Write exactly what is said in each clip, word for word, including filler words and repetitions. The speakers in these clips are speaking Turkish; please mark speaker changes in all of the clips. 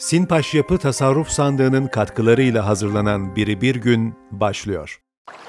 Speaker 1: Sinpaş Yapı Tasarruf Sandığı'nın katkılarıyla hazırlanan Biri Bir Gün başlıyor.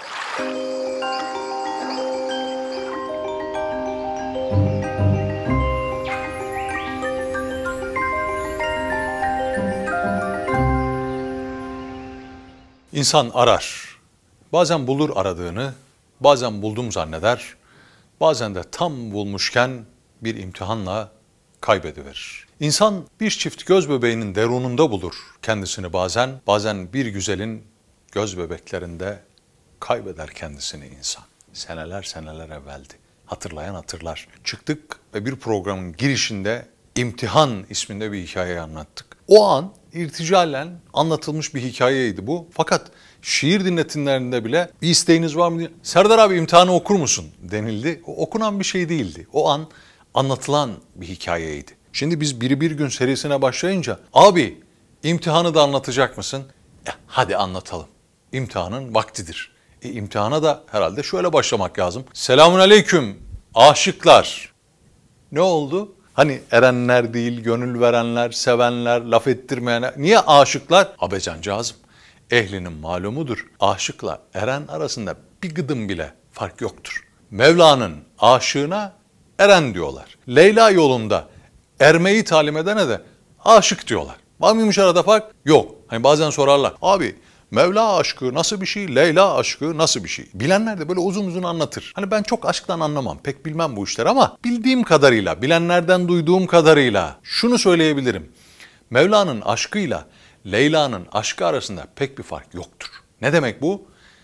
Speaker 2: İnsan arar. Bazen bulur aradığını, bazen buldum zanneder, bazen de tam bulmuşken bir imtihanla kaybediverir. İnsan bir çift göz bebeğinin derununda bulur kendisini bazen, bazen bir güzelin göz bebeklerinde kaybeder kendisini insan. Seneler seneler evveldi. Hatırlayan hatırlar. Çıktık ve bir programın girişinde İmtihan isminde bir hikayeyi anlattık. O an irticalen anlatılmış bir hikayeydi bu. Fakat şiir dinletimlerinde bile bir isteğiniz var mı diye, Serdar abi imtihanı okur musun denildi. O okunan bir şey değildi. O an anlatılan bir hikayeydi. Şimdi biz Biri Bir Gün serisine başlayınca, abi imtihanı da anlatacak mısın? E, hadi anlatalım. İmtihanın vaktidir. E, imtihana da herhalde şöyle başlamak lazım. Selamun aleyküm aşıklar. Ne oldu? Hani erenler değil, gönül verenler, sevenler, laf ettirmeyenler. Niye aşıklar? Abecancağızım, ehlinin malumudur. Aşıkla eren arasında bir gıdım bile fark yoktur. Mevla'nın aşığına eren diyorlar. Leyla yolunda ermeyi talim edene de aşık diyorlar. Var mıymış arada fark? Yok. Hani bazen sorarlar. Abi Mevla aşkı nasıl bir şey, Leyla aşkı nasıl bir şey? Bilenler de böyle uzun uzun anlatır. Hani ben çok aşktan anlamam, pek bilmem bu işler ama bildiğim kadarıyla, bilenlerden duyduğum kadarıyla şunu söyleyebilirim. Mevla'nın aşkıyla Leyla'nın aşkı arasında pek bir fark yoktur. Ne demek bu?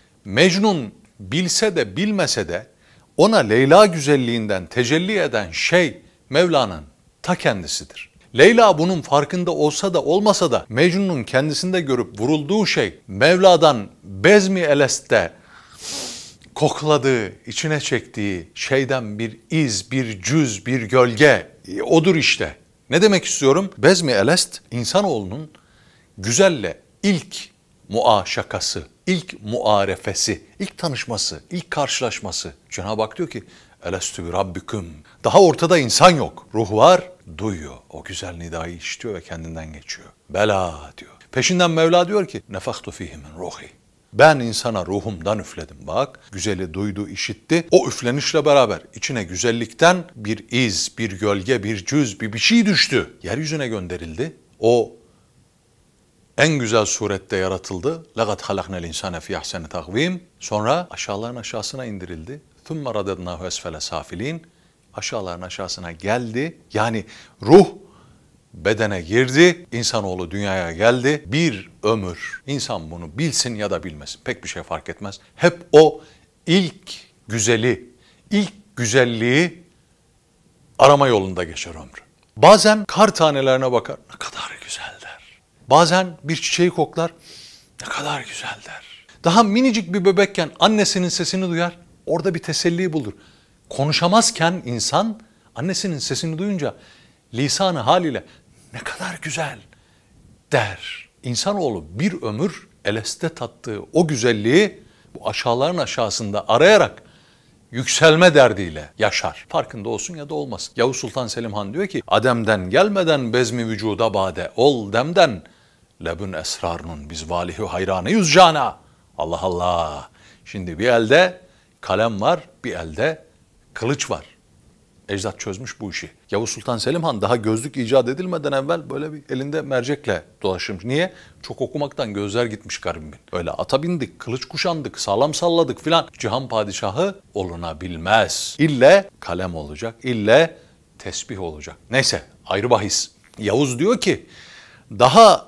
Speaker 2: Mecnun bilse de bilmese de ona Leyla güzelliğinden tecelli eden şey Mevla'nın ta kendisidir. Leyla bunun farkında olsa da olmasa da Mecnun'un kendisinde görüp vurulduğu şey Mevla'dan bezmi eleste kokladığı, içine çektiği şeyden bir iz, bir cüz, bir gölge odur işte. Ne demek istiyorum? Bezmi elest insanoğlunun güzelle ilk muaşakası, ilk muarefesi, ilk tanışması, ilk karşılaşması. Cenab-ı Hak diyor ki elestü bi rabbiküm. Daha ortada insan yok. Ruh var, duyuyor. O güzel nidayı işitiyor ve kendinden geçiyor. Bela diyor. Peşinden Mevla diyor ki nefaktu fihi min ruhi. Ben insana ruhumdan üfledim. Bak güzeli duydu, işitti. O üflenişle beraber içine güzellikten bir iz, bir gölge, bir cüz, bir bir şey düştü. Yeryüzüne gönderildi. O en güzel surette yaratıldı. لَقَدْ خَلَقْنَا الْاِنْسَانَ فِي اَحْسَنِ تَقْوِيمٍ. Sonra aşağıların aşağısına indirildi. ثُمَّ رَدَدْنَاهُ اَسْفَلَ سَافِلِينَ. Aşağıların aşağısına geldi. Yani ruh bedene girdi. İnsanoğlu dünyaya geldi. Bir ömür. İnsan bunu bilsin ya da bilmesin. Pek bir şey fark etmez. Hep o ilk güzeli, ilk güzelliği arama yolunda geçer ömrü. Bazen kar tanelerine bakar. Ne kadar güzel der. Bazen bir çiçeği koklar. Ne kadar güzel der. Daha minicik bir bebekken annesinin sesini duyar. Orada bir teselli bulur. Konuşamazken insan annesinin sesini duyunca lisanı haliyle ne kadar güzel der. İnsanoğlu bir ömür eleste tattığı o güzelliği bu aşağıların aşağısında arayarak yükselme derdiyle yaşar. Farkında olsun ya da olmasın. Yavuz Sultan Selim Han diyor ki Adem'den gelmeden bezmi vücuda bade ol demden lebün esrarının biz valihi hayranıyız cana. Allah Allah. Şimdi bir elde kalem var, bir elde kılıç var. Ecdat çözmüş bu işi. Yavuz Sultan Selim Han daha gözlük icat edilmeden evvel böyle bir elinde mercekle dolaşırmış. Niye? Çok okumaktan gözler gitmiş garibimin. Öyle ata bindik, kılıç kuşandık, sağlam salladık filan. Cihan padişahı olunabilmez. İlle kalem olacak, ille tesbih olacak. Neyse ayrı bahis. Yavuz diyor ki daha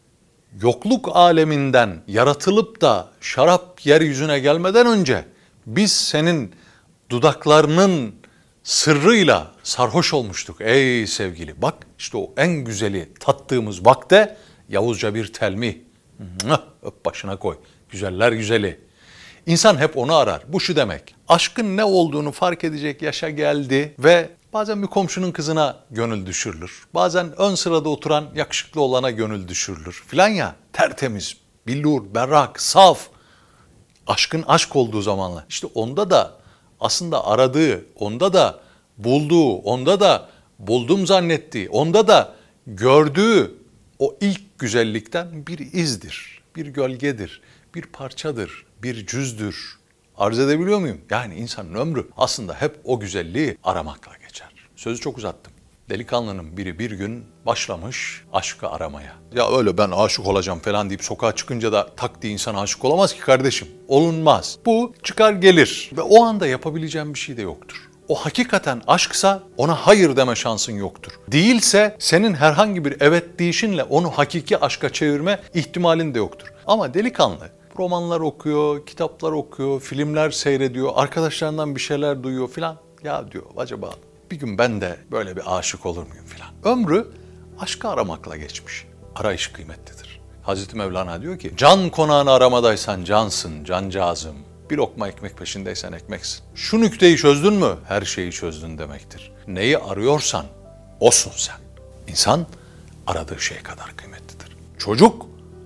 Speaker 2: yokluk aleminden yaratılıp da şarap yeryüzüne gelmeden önce biz senin dudaklarının sırrıyla sarhoş olmuştuk ey sevgili. Bak işte o en güzeli tattığımız vakte Yavuzca bir telmih. Öp başına koy. Güzeller güzeli. İnsan hep onu arar. Bu şu demek. Aşkın ne olduğunu fark edecek yaşa geldi ve bazen bir komşunun kızına gönül düşürülür. Bazen ön sırada oturan yakışıklı olana gönül düşürülür. Filan ya tertemiz, billur, berrak, saf. Aşkın aşk olduğu zamanlar. İşte onda da aslında aradığı, onda da bulduğu, onda da buldum zannettiği, onda da gördüğü o ilk güzellikten bir izdir, bir gölgedir, bir parçadır, bir cüzdür. Arz edebiliyor muyum? Yani insanın ömrü aslında hep o güzelliği aramakla geçer. Sözü çok uzattım. Delikanlının biri bir gün başlamış aşkı aramaya. Ya öyle ben aşık olacağım falan deyip sokağa çıkınca da tak diye insan aşık olamaz ki kardeşim. Olunmaz. Bu çıkar gelir ve o anda yapabileceğim bir şey de yoktur. O hakikaten aşksa ona hayır deme şansın yoktur. Değilse senin herhangi bir evet deyişinle onu hakiki aşka çevirme ihtimalin de yoktur. Ama delikanlı romanlar okuyor, kitaplar okuyor, filmler seyrediyor, arkadaşlarından bir şeyler duyuyor filan. Ya diyor acaba bir gün ben de böyle bir aşık olur muyum filan. Ömrü aşkı aramakla geçmiş. Arayış kıymetlidir. Hazreti Mevlana diyor ki can konağını aramadaysan cansın, cancağızım. Bir lokma ekmek peşindeysen ekmeksin. Şu nükteyi çözdün mü her şeyi çözdün demektir. Neyi arıyorsan osun sen. İnsan aradığı şey kadar kıymetlidir. Çocuk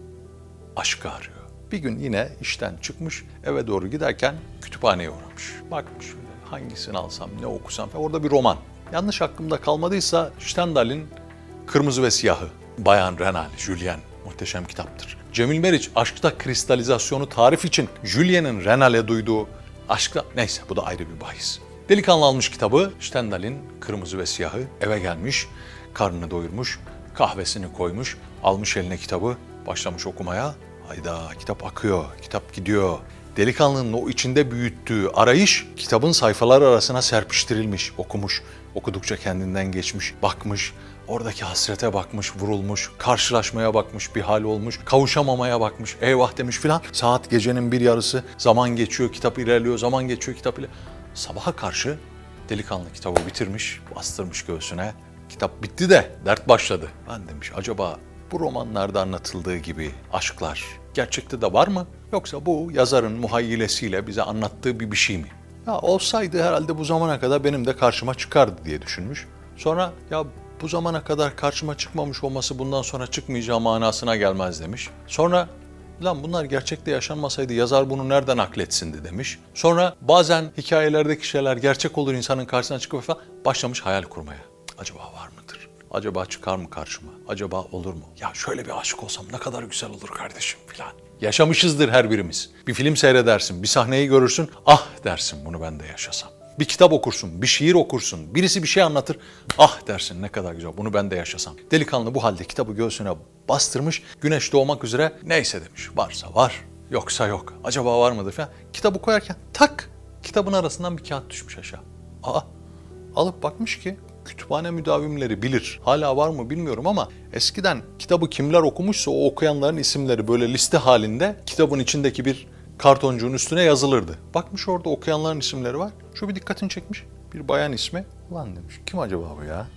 Speaker 2: aşkı arıyor. Bir gün yine işten çıkmış eve doğru giderken kütüphaneye uğramış. Bakmış hangisini alsam ne okusam falan. Orada bir roman. Yanlış aklımda kalmadıysa Stendhal'in Kırmızı ve Siyahı. Bayan Renal, Julien. Muhteşem kitaptır. Cemil Meriç aşkta kristalizasyonu tarif için Julien'in Renal'e duyduğu aşkla... Neyse bu da ayrı bir bahis. Delikanlı almış kitabı Stendhal'in Kırmızı ve Siyahı. Eve gelmiş, karnını doyurmuş, kahvesini koymuş, almış eline kitabı, başlamış okumaya. Hayda kitap akıyor, kitap gidiyor. Delikanlının o içinde büyüttüğü arayış kitabın sayfaları arasına serpiştirilmiş, okumuş. Okudukça kendinden geçmiş, bakmış, oradaki hasrete bakmış, vurulmuş, karşılaşmaya bakmış, bir hal olmuş, kavuşamamaya bakmış, eyvah demiş filan. Saat gecenin bir yarısı, zaman geçiyor, kitap ilerliyor, zaman geçiyor, kitap ilerliyor. Sabaha karşı delikanlı kitabı bitirmiş, bastırmış göğsüne. Kitap bitti de dert başladı. Ben demiş acaba bu romanlarda anlatıldığı gibi aşklar gerçekte de var mı? Yoksa bu yazarın muhayyilesiyle bize anlattığı bir bir şey mi? Ya olsaydı herhalde bu zamana kadar benim de karşıma çıkardı diye düşünmüş. Sonra ya bu zamana kadar karşıma çıkmamış olması bundan sonra çıkmayacağı manasına gelmez demiş. Sonra lan bunlar gerçekte yaşanmasaydı yazar bunu nereden akletsindi demiş. Sonra bazen hikayelerdeki şeyler gerçek olur insanın karşısına çıkıp falan başlamış hayal kurmaya. Acaba var mıdır? Acaba çıkar mı karşıma? Acaba olur mu? Ya şöyle bir aşık olsam ne kadar güzel olur kardeşim filan. Yaşamışızdır her birimiz. Bir film seyredersin, bir sahneyi görürsün. Ah dersin bunu ben de yaşasam. Bir kitap okursun, bir şiir okursun. Birisi bir şey anlatır. Ah dersin ne kadar güzel bunu ben de yaşasam. Delikanlı bu halde kitabı göğsüne bastırmış. Güneş doğmak üzere neyse demiş. Varsa var, yoksa yok. Acaba var mıdır falan. Kitabı koyarken tak kitabın arasından bir kağıt düşmüş aşağı. Aa alıp bakmış ki kütüphane müdavimleri bilir. Hala var mı bilmiyorum ama eskiden kitabı kimler okumuşsa o okuyanların isimleri böyle liste halinde kitabın içindeki bir kartoncuğun üstüne yazılırdı. Bakmış orada okuyanların isimleri var. Şu bir dikkatini çekmiş. Bir bayan ismi. Ulan demiş kim acaba bu ya?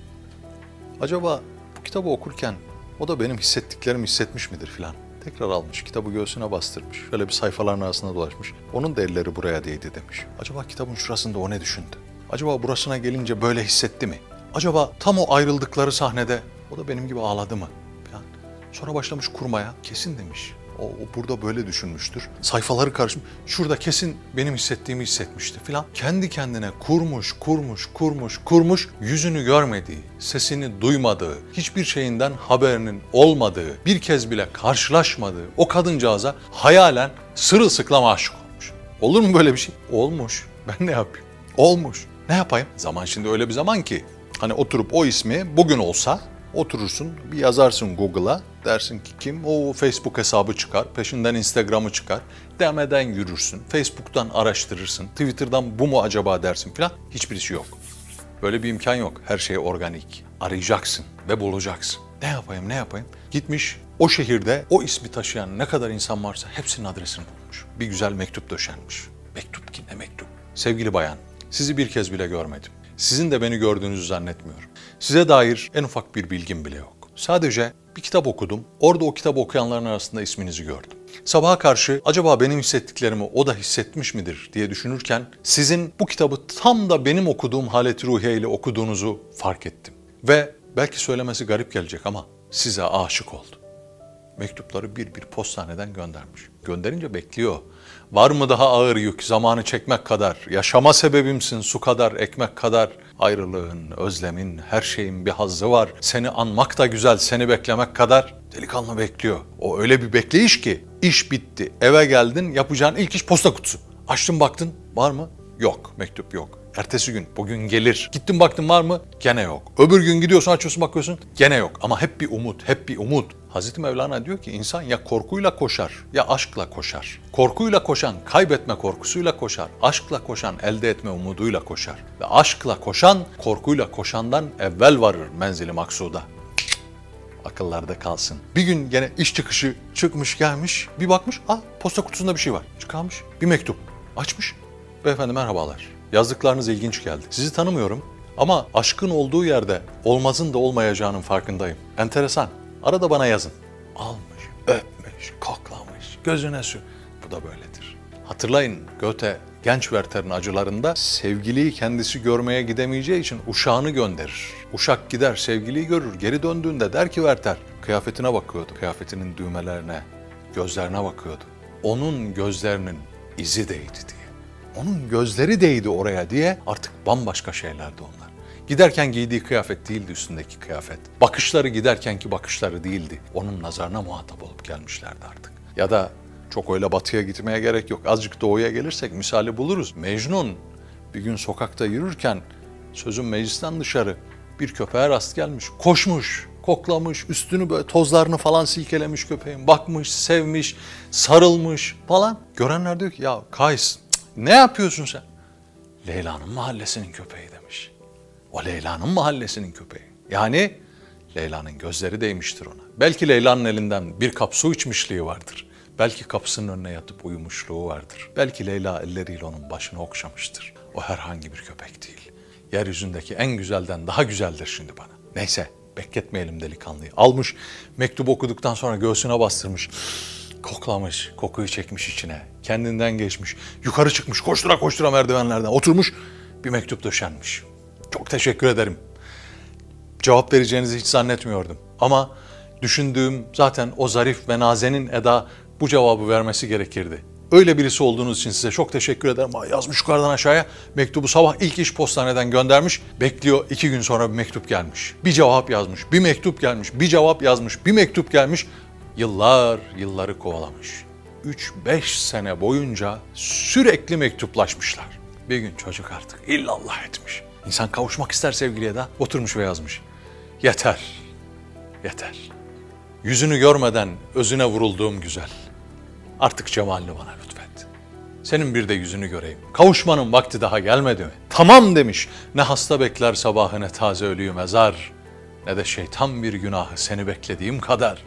Speaker 2: Acaba bu kitabı okurken o da benim hissettiklerimi hissetmiş midir filan. Tekrar almış kitabı göğsüne bastırmış. Şöyle bir sayfaların arasında dolaşmış. Onun da elleri buraya değdi demiş. Acaba kitabın şurasında o ne düşündü? Acaba burasına gelince böyle hissetti mi? Acaba tam o ayrıldıkları sahnede o da benim gibi ağladı mı? Falan. Sonra başlamış kurmaya. Kesin demiş. O, o burada böyle düşünmüştür. Sayfaları karışmış. Şurada kesin benim hissettiğimi hissetmişti filan. Kendi kendine kurmuş, kurmuş, kurmuş, kurmuş. Yüzünü görmediği, sesini duymadığı, hiçbir şeyinden haberinin olmadığı, bir kez bile karşılaşmadığı o kadıncağıza hayalen sırılsıklam aşık olmuş. Olur mu böyle bir şey? Olmuş. Ben ne yapayım? Olmuş. Ne yapayım? Zaman şimdi öyle bir zaman ki hani oturup o ismi bugün olsa oturursun bir yazarsın Google'a dersin ki kim? O Facebook hesabı çıkar, peşinden Instagram'ı çıkar, demeden yürürsün, Facebook'tan araştırırsın, Twitter'dan bu mu acaba dersin falan. Hiçbirisi yok. Böyle bir imkan yok. Her şey organik. Arayacaksın ve bulacaksın. Ne yapayım ne yapayım? Gitmiş o şehirde o ismi taşıyan ne kadar insan varsa hepsinin adresini bulmuş. Bir güzel mektup döşenmiş. Mektup ki ne mektup? Sevgili bayan, sizi bir kez bile görmedim. Sizin de beni gördüğünüzü zannetmiyorum. Size dair en ufak bir bilgim bile yok. Sadece bir kitap okudum. Orada o kitabı okuyanların arasında isminizi gördüm. Sabaha karşı acaba benim hissettiklerimi o da hissetmiş midir diye düşünürken sizin bu kitabı tam da benim okuduğum halet-i ruhiye ile okuduğunuzu fark ettim. Ve belki söylemesi garip gelecek ama size aşık oldum. mektupları bir bir postaneden göndermiş. Gönderince bekliyor. Var mı daha ağır yük, zamanı çekmek kadar, yaşama sebebimsin su kadar, ekmek kadar, ayrılığın, özlemin, her şeyin bir hazzı var. Seni anmak da güzel, seni beklemek kadar. Delikanlı bekliyor. O öyle bir bekleyiş ki, iş bitti, eve geldin, yapacağın ilk iş posta kutusu. Açtın baktın, var mı? Yok, mektup yok. Ertesi gün, bugün gelir. Gittin baktın var mı? Gene yok. Öbür gün gidiyorsun, açıyorsun, bakıyorsun, gene yok. Ama hep bir umut, hep bir umut. Hazreti Mevlana diyor ki insan ya korkuyla koşar ya aşkla koşar. Korkuyla koşan kaybetme korkusuyla koşar. Aşkla koşan elde etme umuduyla koşar. Ve aşkla koşan korkuyla koşandan evvel varır menzili maksuda. Akıllarda kalsın. Bir gün gene iş çıkışı çıkmış gelmiş, bir bakmış, ah posta kutusunda bir şey var. Çıkarmış, bir mektup. Açmış. Beyefendi merhabalar. Yazdıklarınız ilginç geldi. Sizi tanımıyorum ama aşkın olduğu yerde olmazın da olmayacağının farkındayım. Enteresan. Arada bana yazın. Almış, öpmüş, koklamış, gözüne sür. Bu da böyledir. Hatırlayın Goethe genç Werther'in acılarında sevgiliyi kendisi görmeye gidemeyeceği için uşağını gönderir. Uşak gider sevgiliyi görür, geri döndüğünde der ki Werther, kıyafetine bakıyordu. Kıyafetinin düğmelerine, gözlerine bakıyordu. Onun gözlerinin izi değdi diye. Onun gözleri değdi oraya diye artık bambaşka şeylerdi onlar. Giderken giydiği kıyafet değildi üstündeki kıyafet. Bakışları giderkenki bakışları değildi. Onun nazarına muhatap olup gelmişlerdi artık. Ya da çok öyle batıya gitmeye gerek yok. Azıcık doğuya gelirsek misali buluruz. Mecnun bir gün sokakta yürürken sözün meclisten dışarı bir köpeğe rast gelmiş. Koşmuş, koklamış, üstünü böyle tozlarını falan silkelemiş köpeğin. Bakmış, sevmiş, sarılmış falan. Görenler diyor ki ya Kays ne yapıyorsun sen? Leyla'nın mahallesinin köpeği demiş. O Leyla'nın mahallesinin köpeği. Yani Leyla'nın gözleri değmiştir ona. Belki Leyla'nın elinden bir kap su içmişliği vardır. Belki kapısının önüne yatıp uyumuşluğu vardır. Belki Leyla elleriyle onun başını okşamıştır. O herhangi bir köpek değil. Yeryüzündeki en güzelden daha güzeldir şimdi bana. Neyse bekletmeyelim delikanlıyı. Almış mektubu okuduktan sonra göğsüne bastırmış. Koklamış, kokuyu çekmiş içine. Kendinden geçmiş. Yukarı çıkmış koştura koştura merdivenlerden. Oturmuş bir mektup döşenmiş. Çok teşekkür ederim. Cevap vereceğinizi hiç zannetmiyordum. Ama düşündüğüm zaten o zarif ve nazenin Eda bu cevabı vermesi gerekirdi. Öyle birisi olduğunuz için size çok teşekkür ederim. Yazmış yukarıdan aşağıya. Mektubu sabah ilk iş postaneden göndermiş. Bekliyor, iki gün sonra bir mektup gelmiş. Bir cevap yazmış, bir mektup gelmiş, bir cevap yazmış, bir mektup gelmiş. Yıllar yılları kovalamış. Üç beş sene boyunca sürekli mektuplaşmışlar. Bir gün çocuk artık illallah etmiş. İnsan kavuşmak ister sevgiliye de. Oturmuş ve yazmış. Yeter, yeter. Yüzünü görmeden özüne vurulduğum güzel. Artık cemalini bana lütfet. Senin bir de yüzünü göreyim. Kavuşmanın vakti daha gelmedi mi? Tamam demiş. Ne hasta bekler sabahı ne taze ölüyü mezar. Ne de şeytan bir günahı seni beklediğim kadar.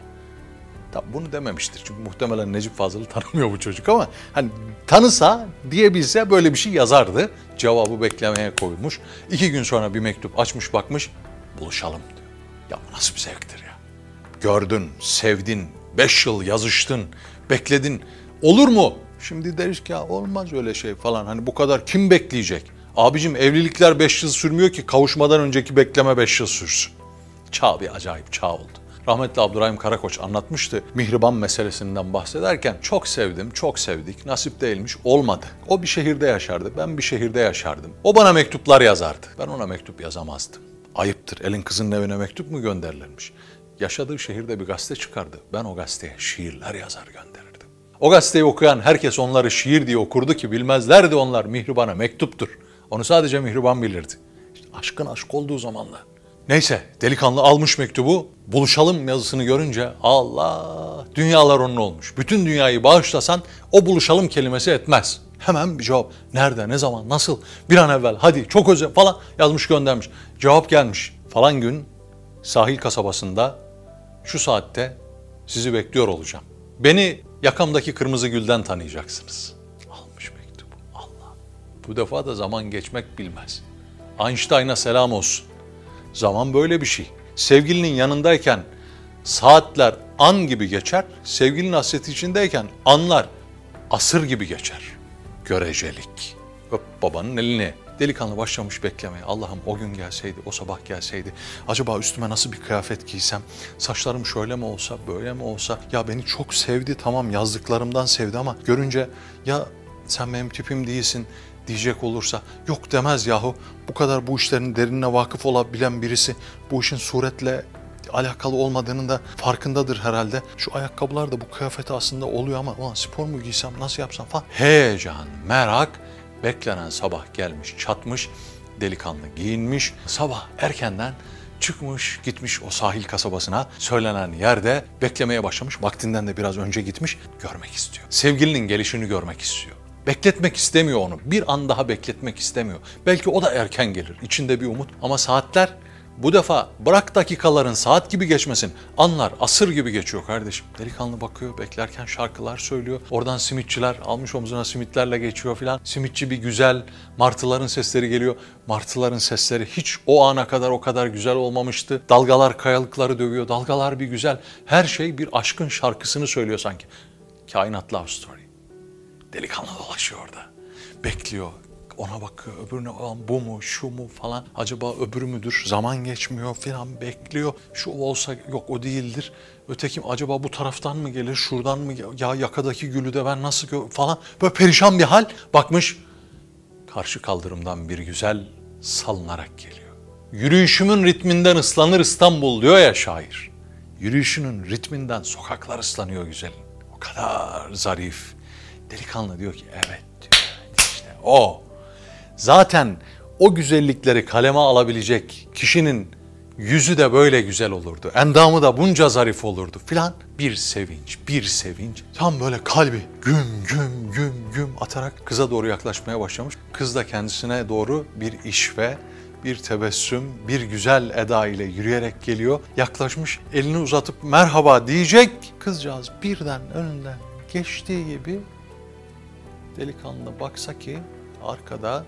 Speaker 2: Tabi bunu dememiştir. Çünkü muhtemelen Necip Fazıl'ı tanımıyor bu çocuk ama hani tanısa diyebilse böyle bir şey yazardı. Cevabı beklemeye koymuş. İki gün sonra bir mektup açmış bakmış. Buluşalım diyor. Ya bu nasıl bir zevktir ya. Gördün, sevdin, beş yıl yazıştın, bekledin. Olur mu? Şimdi deriz ki ya olmaz öyle şey falan. Hani bu kadar kim bekleyecek? Abicim evlilikler beş yıl sürmüyor ki kavuşmadan önceki bekleme beş yıl sürsün. Çağ bir acayip çağ oldu. Rahmetli Abdurrahim Karakoç anlatmıştı. Mihriban meselesinden bahsederken çok sevdim, çok sevdik. Nasip değilmiş, olmadı. O bir şehirde yaşardı, ben bir şehirde yaşardım. O bana mektuplar yazardı. Ben ona mektup yazamazdım. Ayıptır, elin kızının evine mektup mu gönderilirmiş? Yaşadığı şehirde bir gazete çıkardı. Ben o gazeteye şiirler yazar gönderirdim. O gazeteyi okuyan herkes onları şiir diye okurdu ki bilmezlerdi onlar Mihriban'a mektuptur. Onu sadece Mihriban bilirdi. İşte aşkın aşk olduğu zamanlar. Neyse delikanlı almış mektubu, buluşalım yazısını görünce Allah dünyalar onun olmuş. Bütün dünyayı bağışlasan o buluşalım kelimesi etmez. Hemen bir cevap. Nerede, ne zaman, nasıl, bir an evvel, hadi çok özel falan yazmış göndermiş. Cevap gelmiş falan gün sahil kasabasında şu saatte sizi bekliyor olacağım. Beni yakamdaki kırmızı gülden tanıyacaksınız. Almış mektubu. Allah. Bu defa da zaman geçmek bilmez. Einstein'a selam olsun. Zaman böyle bir şey. Sevgilinin yanındayken saatler an gibi geçer, sevgilinin hasreti içindeyken anlar asır gibi geçer. Görecelik. Öp babanın elini. Delikanlı başlamış beklemeye. Allah'ım o gün gelseydi, o sabah gelseydi. Acaba üstüme nasıl bir kıyafet giysem? Saçlarım şöyle mi olsa, böyle mi olsa? Ya beni çok sevdi, tamam yazdıklarımdan sevdi ama görünce ya sen benim tipim değilsin diyecek olursa, yok demez yahu. Bu kadar bu işlerin derinine vakıf olabilen birisi bu işin suretle alakalı olmadığının da farkındadır herhalde. Şu ayakkabılar da bu kıyafeti aslında oluyor ama ulan spor mu giysem, nasıl yapsam falan. Heyecan, merak, beklenen sabah gelmiş, çatmış, delikanlı giyinmiş. Sabah erkenden çıkmış, gitmiş o sahil kasabasına, söylenen yerde beklemeye başlamış. Vaktinden de biraz önce gitmiş, görmek istiyor. Sevgilinin gelişini görmek istiyor. Bekletmek istemiyor onu. Bir an daha bekletmek istemiyor. Belki o da erken gelir. İçinde bir umut. Ama saatler bu defa bırak dakikaların saat gibi geçmesin. Anlar asır gibi geçiyor kardeşim. Delikanlı bakıyor, beklerken şarkılar söylüyor. Oradan simitçiler almış omzuna simitlerle geçiyor filan. Simitçi bir güzel, martıların sesleri geliyor. Martıların sesleri hiç o ana kadar o kadar güzel olmamıştı. Dalgalar kayalıkları dövüyor. Dalgalar bir güzel. Her şey bir aşkın şarkısını söylüyor sanki. Kainat Love Story. Delikanlı dolaşıyor orada. Bekliyor. Ona bakıyor, öbürüne olan bu mu, şu mu falan. Acaba öbürü müdür? Zaman geçmiyor falan, bekliyor. Şu olsa yok o değildir. Öteki acaba bu taraftan mı gelir, şuradan mı? Ya yakadaki gülü de ben nasıl gör falan. Böyle perişan bir hal. Bakmış, karşı kaldırımdan bir güzel salınarak geliyor. Yürüyüşümün ritminden ıslanır İstanbul diyor ya şair. Yürüyüşünün ritminden sokaklar ıslanıyor güzelin. O kadar zarif. Delikanlı diyor ki evet diyor, işte o. Zaten o güzellikleri kaleme alabilecek kişinin yüzü de böyle güzel olurdu. Endamı da bunca zarif olurdu filan. Bir sevinç, bir sevinç. Tam böyle kalbi güm güm güm güm atarak kıza doğru yaklaşmaya başlamış. Kız da kendisine doğru bir işve, bir tebessüm, bir güzel eda ile yürüyerek geliyor. Yaklaşmış, elini uzatıp merhaba diyecek. Kızcağız birden önünden geçtiği gibi delikanlı baksa ki arkada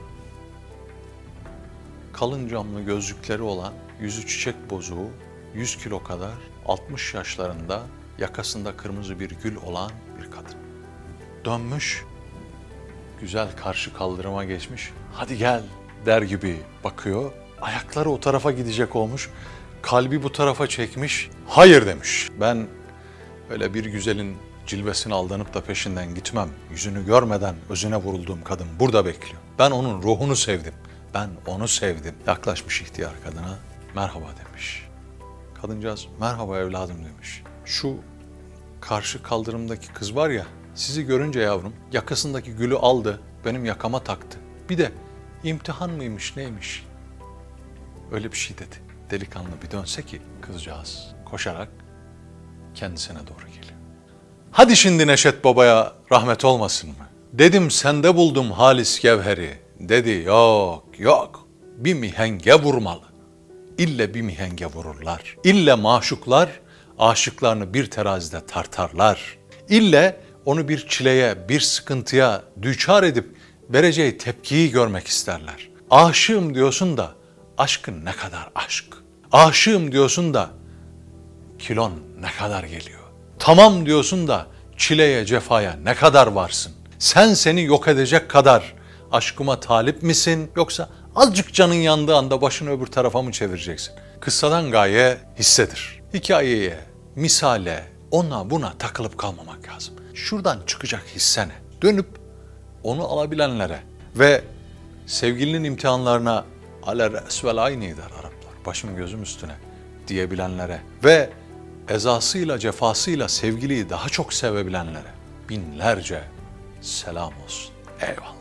Speaker 2: kalın camlı gözlükleri olan, yüzü çiçek bozuğu, yüz kilo kadar, altmış yaşlarında, yakasında kırmızı bir gül olan bir kadın. Dönmüş, güzel karşı kaldırıma geçmiş, hadi gel der gibi bakıyor. Ayakları o tarafa gidecek olmuş, kalbi bu tarafa çekmiş, hayır demiş. Ben öyle bir güzelin cilvesine aldanıp da peşinden gitmem. Yüzünü görmeden özüne vurulduğum kadın burada bekliyor. Ben onun ruhunu sevdim. Ben onu sevdim. Yaklaşmış ihtiyar kadına, merhaba demiş. Kadıncağız, merhaba evladım demiş. Şu karşı kaldırımdaki kız var ya, sizi görünce yavrum yakasındaki gülü aldı, benim yakama taktı. Bir de imtihan mıymış neymiş? Öyle bir şey dedi. Delikanlı bir dönse ki kızcağız koşarak kendisine doğru geliyor. Hadi şimdi Neşet Baba'ya rahmet olmasın mı? Dedim sende buldum halis gevheri. Dedi yok yok bir mihenge vurmalı. İlle bir mihenge vururlar. İlle maşuklar aşıklarını bir terazide tartarlar. İlle onu bir çileye, bir sıkıntıya düçar edip vereceği tepkiyi görmek isterler. Aşığım diyorsun da aşkın ne kadar aşk. Aşığım diyorsun da kilon ne kadar geliyor. Tamam diyorsun da çileye, cefaya ne kadar varsın? Sen seni yok edecek kadar aşkıma talip misin? Yoksa azıcık canın yandığı anda başını öbür tarafa mı çevireceksin? Kıssadan gaye hissedir. Hikayeye, misale, ona buna takılıp kalmamak lazım. Şuradan çıkacak hissene. Dönüp onu alabilenlere ve sevgilinin imtihanlarına ale resvel ayni der Araplar. Başım gözüm üstüne diyebilenlere ve ezasıyla cefasıyla sevgiliyi daha çok sevebilenlere binlerce selam olsun. Eyvallah.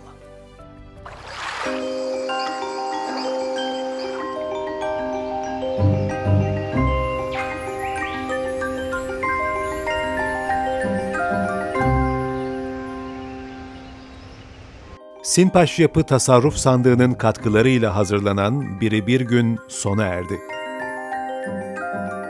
Speaker 1: Sinpaş Yapı Tasarruf Sandığı'nın katkılarıyla hazırlanan Biri Bir Gün sona erdi.